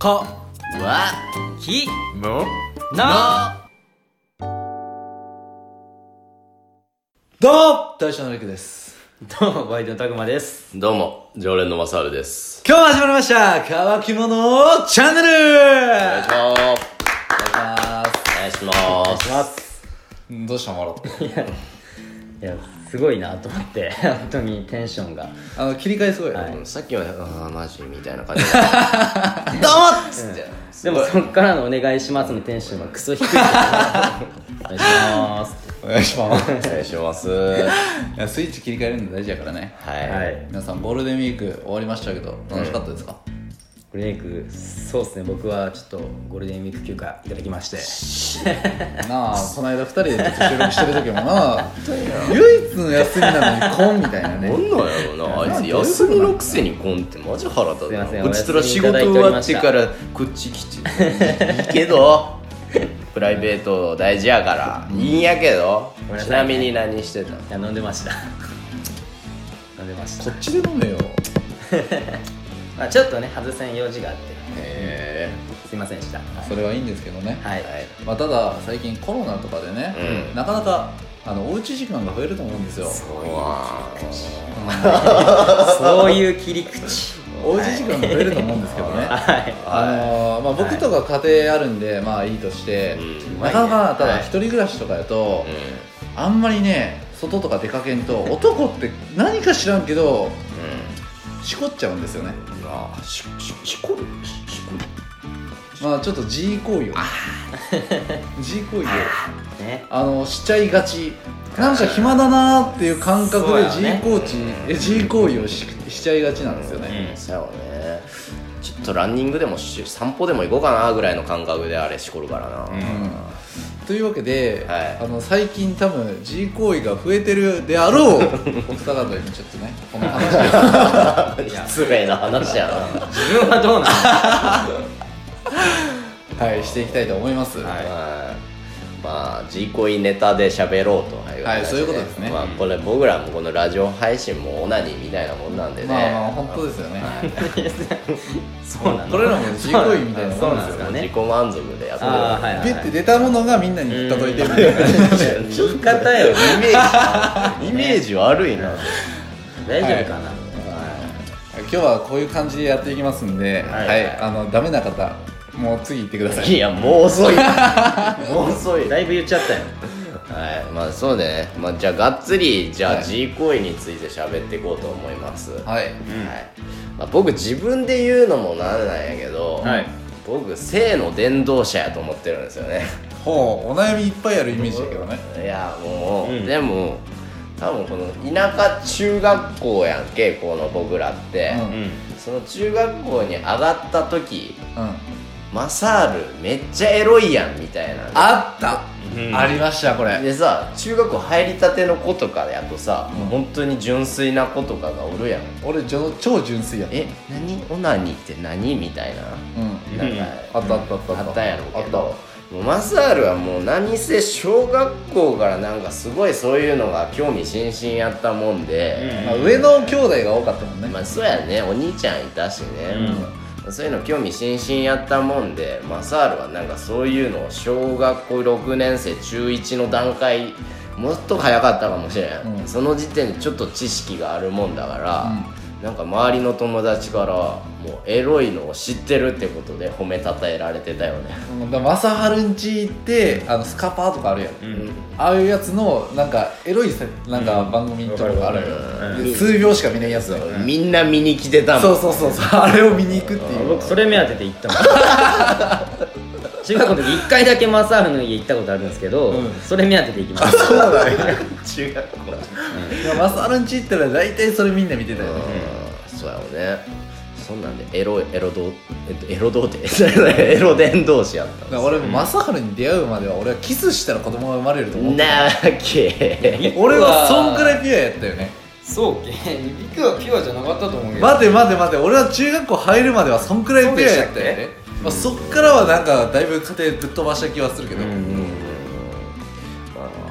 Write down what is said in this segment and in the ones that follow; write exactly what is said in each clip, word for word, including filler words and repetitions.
かわきもな。どうも大将のりくです。 どうもバイトのたくまです。 どうも常連のまさるです。 今日も始まりました乾き物チャンネル。お願いします。 お願いします。お願いします。 どうしたの笑って。 いやいやすごいなと思って本当にテンションがあの切り替えすごい、はい、 さっきはあーマジみたいな感じでどうもっつって、 うん、でもそっからのお願いしますのテンションがクソ低いからお願いしますお願いしますお願いしますいやスイッチ切り替えるの大事やからね。 はい、 はい、 皆さんゴールデンウィーク終わりましたけど楽しかったですか？ うん、ゴールデンウィークそうですね。僕はちょっとゴールデンウィーク休暇いただきましてなあこの間ふたりでちょっと収録してる時もな唯一の休みなのにコンみたいなね。 なんなんやろなあいつ休みのくせにコンってマジ腹立つな。こっちとら仕事終わってからこっち来ていいけどプライベート大事やからいいんやけど、ちなみに何してた？ いや飲んでました飲んでました。 こっちで飲めよまあちょっとね外せん用事があってへすいませんでした。 それはいいんですけどね。 はい、 まあ、ただ最近コロナとかでね、うん、なかなかあのおうち時間が増えると思うんですよ。 そうわそういう切り口おうち時間が増えると思うんですけどね、はいあのーまあ、僕とか家庭あるんで、まあいいとして、うん、なかなかただ一人暮らしとかだと、うん、あんまりね外とか出かけんと男って何か知らんけど、うん、しこっちゃうんですよね。 あしししこるしこるまあちょっと G 行為を G 行為をね、 あのしちゃいがち。なんか暇だなーっていう感覚で G 行為、ね、G 行為を し, しちゃいがちなんですよね。 うん、そうやね。ちょっとランニングでもし散歩でも行こうかなぐらいの感覚であれしこるからな、うん、 というわけで、 はい、 あの最近多分 G 行為が増えてるであろうお二方にちょっとねこの話を失礼な話やな自分はどうなのはいしていきたいと思います。はい、 はいまあ、G 恋ネタで喋ろうという、 はい、そういうことですね。 まあ、これ僕らもこのラジオ配信もオナニーみたいなもんなんでね。 まあまあ本当ですよね。はい、 そうなの。 これらも G 恋みたいなもんですよね。 自己満足でやってる。 ピッて出たものがみんなに届いてるみたいな感じで。 言い方よ。 イメージイメージ悪いな。 大丈夫かな。 今日はこういう感じでやっていきますんで、はい、はい、あのダメな方。もう次行ってください。 いやもう遅いもう遅いだいぶ言っちゃったよ。 はいまあそうでね、まあ、じゃあがっつりじゃあ、はい、G 行為について喋っていこうと思います。はい、うんはいまあ、僕自分で言うのもなんなんやけど、はい、僕性の伝道者やと思ってるんですよね。 ほうお悩みいっぱいあるイメージだけどね。 いやもう、うん、でも多分この田舎中学校やんけこの僕らって、うん、その中学校に上がった時、うんマサールめっちゃエロいやんみたいな、ね、 あった、うん、ありましたこれでさ中学校入りたての子とかやとさ、うん、もう本当に純粋な子とかがおるやん。 俺超純粋やった。 え何オナニーって何みたいな、うん、なんか、 うん、あったあったあったあったやろうけどもうマサールはもう何せ小学校からなんかすごいそういうのが興味津々やったもんで、 うんまあ、上の兄弟が多かったもんね。 まあそうやねお兄ちゃんいたしね、うんそういうの興味津々やったもんでマサールはなんかそういうのを小学校ろくねん生中いちの段階もっと早かったかもしれん、うん、その時点でちょっと知識があるもんだから、うん、なんか周りの友達からもうエロいのを知ってるってことで褒めたたえられてたよね、 うん、だマサハルんち行ってあのスカパーとかあるやん、うん、ああいうやつのなんかエロいなんか番組とかがあるやん、うん、数秒しか見ないやつだよ、 ね、みんな見に来てたもん。 そうそうそうそうあれを見に行くっていう。 僕それ目当てで行ったもん中学校の時いっかいだけマサールの家行ったことあるんですけど、うん、それ目当てで行きました。 そうだね中学校、うん、マサールんち行ったら大体それみんな見てたよね、 うん、そうやろね。そんなんでエロエロどえっとエロ童貞エロ伝道師やったんです。 俺も正治に出会うまでは俺はキスしたら子供が生まれると思ってた。なわけ俺はそんくらいピュアやったよね。 そうけリクはピュアじゃなかったと思うけど。 待て待て待て俺は中学校入るまではそんくらいピュアやったよね。そ, まあ、そっからはなんかだいぶ家庭ぶっ飛ばした気はするけど、うんうん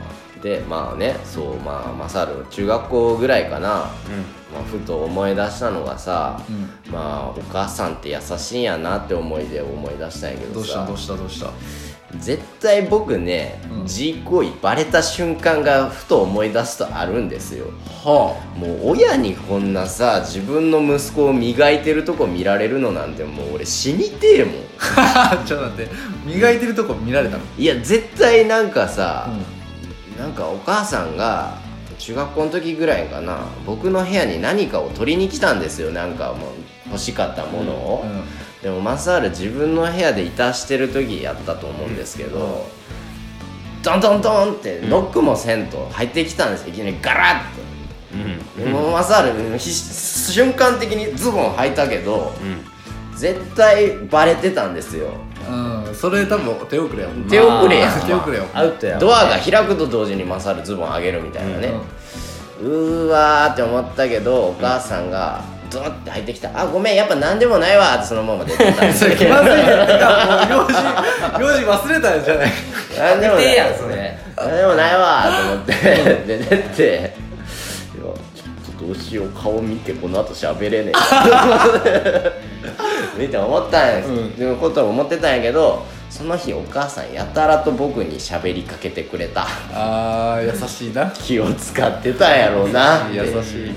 でまあねそうまあマサル中学校ぐらいかな、うんまあ、ふと思い出したのがさ、うん、まあお母さんって優しいんやなって思いで思い出したんやけどさどうしたどうしたどうした絶対僕ね、うん、G 行為バレた瞬間がふと思い出すとあるんですよ、はあ、もう親にこんなさ自分の息子を磨いてるとこ見られるのなんてもう俺死にてえもんちょっと待って磨いてるとこ見られたの？ いや絶対なんかさ、うん、なんかお母さんが中学校の時ぐらいかな僕の部屋に何かを取りに来たんですよなんかもう欲しかったものを、うんうんでもマサール自分の部屋でいたしてる時やったと思うんですけど、うん、ドンドンドンってノックもせんと入ってきたんですよいきなりガラッと、うん、でもマサール瞬間的にズボン履いたけど、うん、絶対バレてたんですようんそれ多分手遅れやもん手遅れやん、 手遅れやもんアウトやドアが開くと同時にマサールズボン上げるみたいなね、うん、うーわーって思ったけどお母さんが、うんドーって入ってきたあごめんやっぱ何でもないわってそのまま出てたんですよ気まずいやんかもう用事用事忘れたんじゃない何でもないやんそれ何でもないわと思って出てってちょっとどうしよう顔見てこの後喋れねえ見て思ったんや、うん、っていうことを思ってたんやけどその日お母さんやたらと僕に喋りかけてくれたあー優しいな気を使ってたんやろうな優しい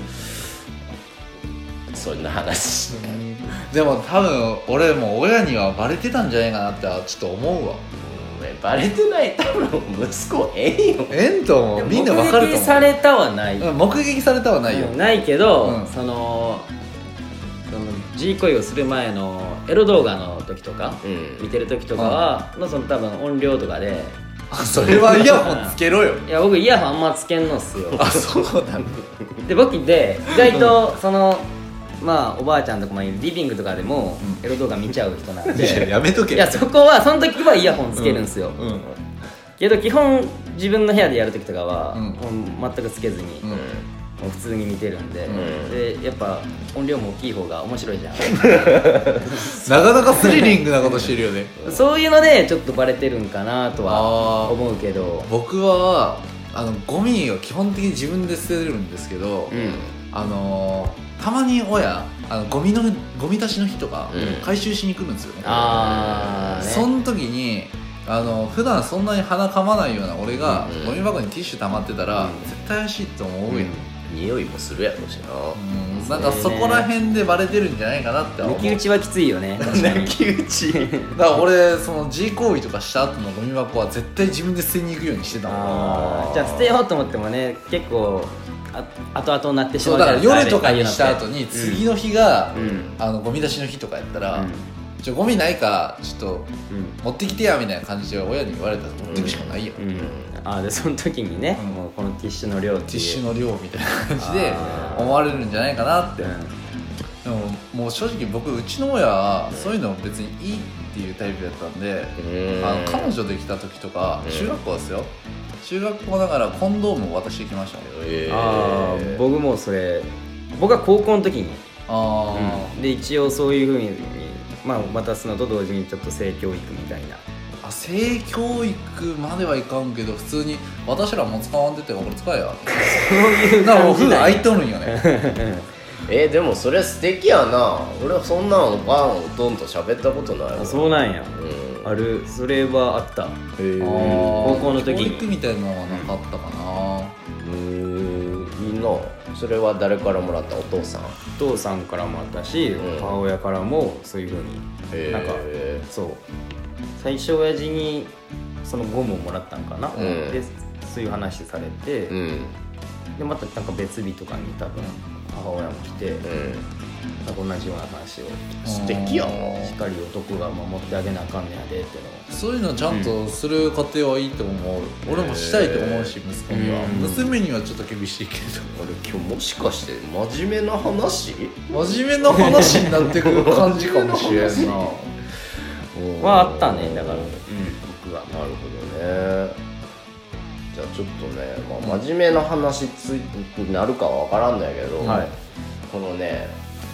そんな話でも多分俺も親にはバレてたんじゃないかなってちょっと思うわバレてない多分息子ええよええんと思うみんな分かると思う目撃されたはない、 うん、目撃されたはないよ、 うん、ないけど、うん、そのその G 行為をする前のエロ動画の時とか、うん、見てる時とかは、うん、のその多分音量とかでそれはイヤホンつけろよいや僕イヤホンあんまつけんのっすよあそうなんだで僕で意外とそのまあおばあちゃんとかもいるリビングとかでもエロ動画見ちゃう人なんで、 いややめとけいやそこはその時はイヤホンつけるんですよ、うんうん、けど基本自分の部屋でやる時とかは、うん、もう全くつけずに、うん、もう普通に見てるんで、うん、でやっぱ音量も大きい方が面白いじゃんなかなかスリリングなことしてるよねそういうのでちょっとバレてるんかなとは思うけど僕はあのゴミを基本的に自分で捨てるんですけど、うん、あのーたまに親あのゴミのゴミ出しの日とか回収しに来るんですよ、ね、うん、あ、ね、その時にあの普段そんなに鼻かまないような俺が、うん、ゴミ箱にティッシュ溜まってたら、うん、絶対怪しいと思うやん、うん、 匂いもするやろうしな、 うん、なんかそこら辺でバレてるんじゃないかなって思う抜き打ちはきついよね抜き打ちだから俺その G 行為とかした後のゴミ箱は絶対自分で捨てに行くようにしてたもんじゃあ捨てようと思ってもね結構あ後々になってしまうから夜とかにした後に次の日が、うん、あのゴミ出しの日とかやったら、うん、ちょゴミないかちょっと持ってきてやみたいな感じで親に言われたら持っていくしかないよ、うんうん、 あでその時にね、うん、もうこのティッシュの量っていうティッシュの量みたいな感じで思われるんじゃないかなって、うん、でももう正直僕うちの親はそういうの別にいいっていうタイプだったんで、うん、あの彼女できた時とか中学校ですよ、中学校だからコンドームを渡してきましたね、 えー、あ僕もそれ僕は高校の時にあ、うん、で一応そういう風に、まあ、渡すのと同時にちょっと性教育みたいなあ性教育まではいかんけど普通に私らも使わんでてこれ使えやそういう感じだもう封開いとるんよねえー、でもそれ素敵やな俺はそんなのバンをどんと喋ったことないわそうなんや、うん、あるそれはあったへえ高校の時に教育みたいなのはなかったかなへえいいなそれは誰からもらったお父さんお父さんからもらったし、うん、母親からもそういう風になんかそう最初親父にそのゴムをもらったんかな、うん、でそういう話されて、うん、でまたなんか別日とかに多分母親も来て、うん、同じような話を素敵やな光男が守ってあげなあかんねやでってのそういうのちゃんとする家庭はいいと思う、うん、俺もしたいと思うし息子には、うん、娘にはちょっと厳しいけど俺今日もしかして真面目な話真面目な話になってくる感じかもしれんなはあったねだから、うん、僕はなるほどねじゃあちょっとね、まあ、真面目な話ついになるかは分からんのやけど、はい、このね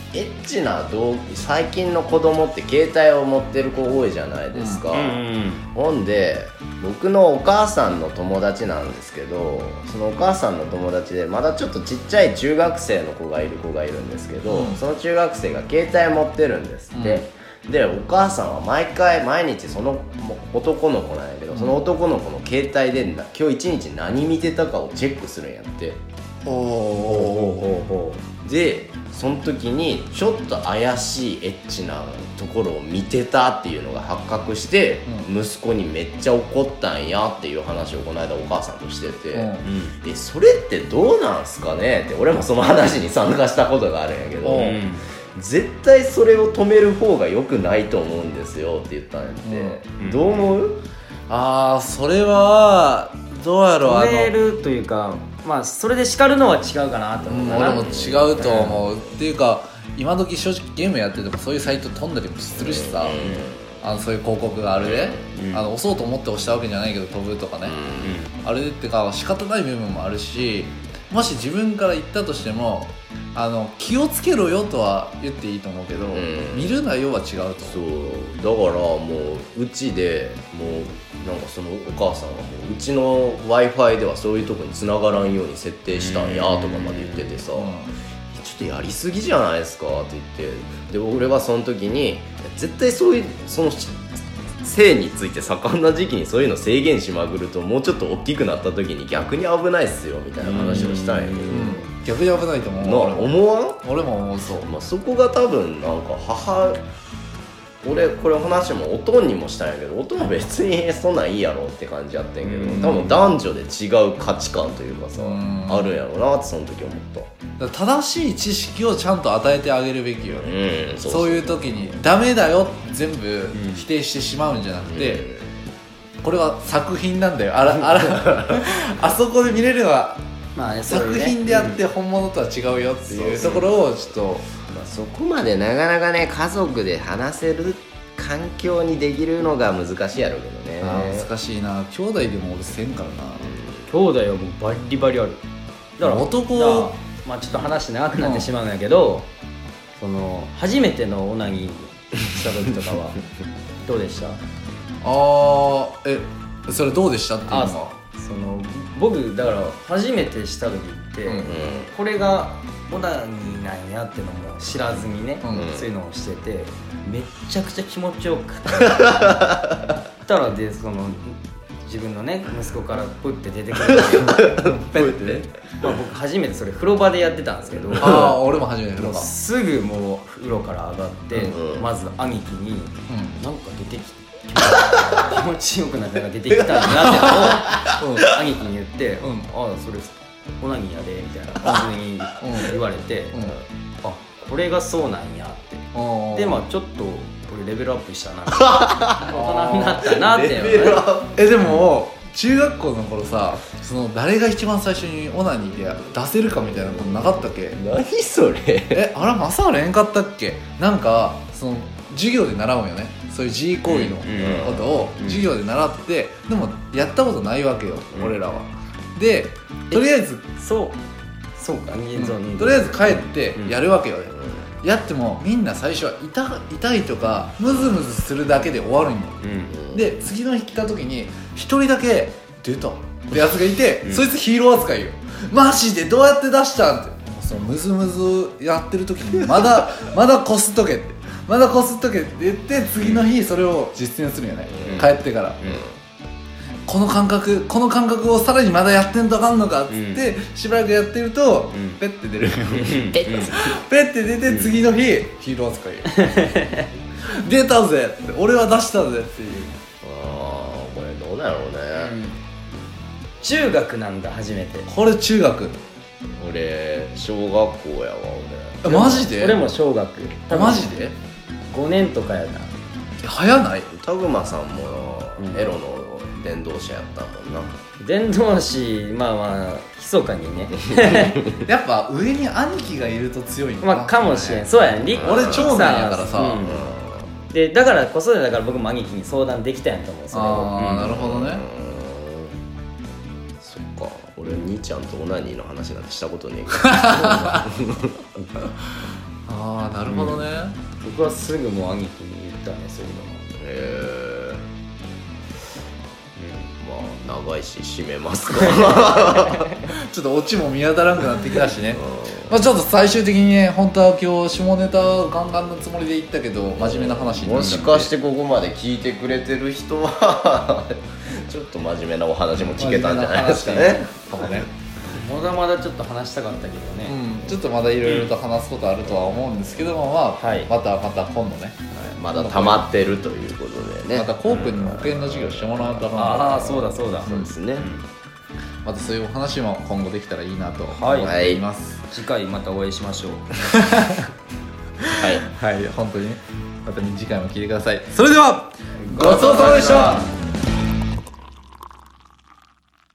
エッチな動最近の子供って携帯を持ってる子多いじゃないですか、うんうんうん、ほんで僕のお母さんの友達なんですけど、そのお母さんの友達でまだちょっとちっちゃい中学生の子がいる子がいるんですけど、うん、その中学生が携帯持ってるんですって、うん、でお母さんは毎回毎日その男の子なんやけど、うん、その男の子の携帯で今日一日何見てたかをチェックするんやって。おーおーおーおーでその時にちょっと怪しいエッチなところを見てたっていうのが発覚して、うん、息子にめっちゃ怒ったんやっていう話をこの間お母さんとしてて、うん、えそれってどうなんすかねって俺もその話に参加したことがあるんやけど、うん、絶対それを止める方が良くないと思うんですよって言ったんやって、うん、どう思う？ あーそれはどうやろう、 止めるというかまあそれで叱るのは違うかなと思うかな、 うん、俺も違うと思う、うん、っていうか今時正直ゲームやっててもそういうサイト飛んだりもするしさ、うん、あのそういう広告があるで、うん、あの押そうと思って押したわけじゃないけど飛ぶとかね、うん、あれってか仕方ない部分もあるし、もし自分から言ったとしてもあの気をつけろよとは言っていいと思うけど、うん、見るなよは違うと思う。 そうだからもううちでもうなんかそのお母さんがもううちの Wi-Fi ではそういうとこに繋がらんように設定したんやとかまで言っててさ、うん、ちょっとやりすぎじゃないですかって言って、で俺はその時に絶対そういうその性について盛んな時期にそういうの制限しまぐるともうちょっと大きくなった時に逆に危ないっすよみたいな話をしたんやけど、うん、 逆に危ないと思う。 な思わん？ 俺も思う。そう、 まあ、そこが多分なんか母俺これ話もおとんにもしたんやけど、おとんは別にそんなんいいやろって感じやってんけど、多分男女で違う価値観というかさあるんやろうなってその時思った。 だから正しい知識をちゃんと与えてあげるべきよね、うん、そうそうそう、そういう時にダメだよ全部否定してしまうんじゃなくて、うん、これは作品なんだよ、あらあらあそこで見れるのはまあね、作品であって本物とは違うよっていうところをちょっと、 まあ、そこまでなかなかね家族で話せる環境にできるのが難しいやろうけどね。 あ難しいな。兄弟でも俺せんからな、 うん、兄弟はもうバリバリある。だから男だまあちょっと話長くなってしまうんやけど、うん、その初めてのオナニーした時とかはどうでした？ あーえそれどうでしたっていうのはその僕だから初めてした時って、うんうん、これがオナニーなんやってのも知らずにね、うんうん、そういうのをしててめっちゃくちゃ気持ちよくてたらでその自分のね息子からプッて出てくるペッてね、まあ、僕初めてそれ風呂場でやってたんですけどああ俺も初めて風呂場すぐもう風呂から上がって、うん、まず兄貴に、うん、なんか出てきて気持ちよくなったら出てきたんだなってのを、うん、兄貴に言って、うん、ああそれオナニーやでみたいな感じに言われて、うん、あこれがそうなんやって、うん、でまあちょっとこれレベルアップしたな大人になったなっていうのね。 えでも中学校の頃さその誰が一番最初にオナニーで出せるかみたいなことなかったっけ？ 何それえあらまさあれんかったっけ？なんかその授業で習うんよね、そういう G 行為のことを授業で習って、うん、でもやったことないわけよ、うん、俺らは。でとりあえずそうそうか、うん、 とりあえず帰ってやるわけよね、うん、やってもみんな最初は 痛, 痛いとかムズムズするだけで終わるんよ、うん、で次の日来た時に一人だけ出たってやつがいて、うん、そいつヒーロー扱いよ。マジでどうやって出したんって、そのムズムズやってる時にまだまだこすっとけってまだこすっとけって言って次の日それを実践するんよね、うん、帰ってから、うん、この感覚この感覚をさらにまだやってんとあかんのかっつって、うん、しばらくやってると、うん、ペッて出るよペッて出て次の日、うん、ヒーロー扱いよ出たぜって俺は出したぜっていう。 ああこれどうだろうね、うん、 中学なんだ初めて。 これ中学。 俺小学校やわ俺。マジで？ 俺も小学。 マジで？ ごねんとかやな。 早ない？ タグマさんもエロの伝道者やったもんな。 伝道師まあまあ密かにねやっぱ上に兄貴がいると強いんだな。まあかもしれん。そうやね。 俺長男やからさ、うんうん、でだからこそだから僕も兄貴に相談できたんやと思う。それをああ、うん、なるほどね。 そっか俺兄ちゃんとオナニーの話なんてしたことねえけどああなるほどね、 うん、僕はすぐもう兄貴に言ったねそういうのは。へえー、うん、まあ長いし締めますかちょっとオチも見当たらんくなってきたしねまあちょっと最終的にね本当は今日下ネタガンガンのつもりで言ったけど真面目な話になもしかしてここまで聞いてくれてる人はちょっと真面目なお話も聞けたんじゃないですかね。かもね。 まだまだちょっと話したかったけどね、 うん、ちょっとまだいろいろと話すことあるとは思うんですけども、まあ、はい、またまた今度ね、はい、 まだ溜まってるということでね、 またコウ君にも保険の授業してもらうとか、 ああそうだそうだ、 そうですね、うん、 またそういうお話も今後できたらいいなと思っています、 はい、次回またお会いしましょうはい、はい、本当にねまた次回も聞いてください。それではごちそうさまでした。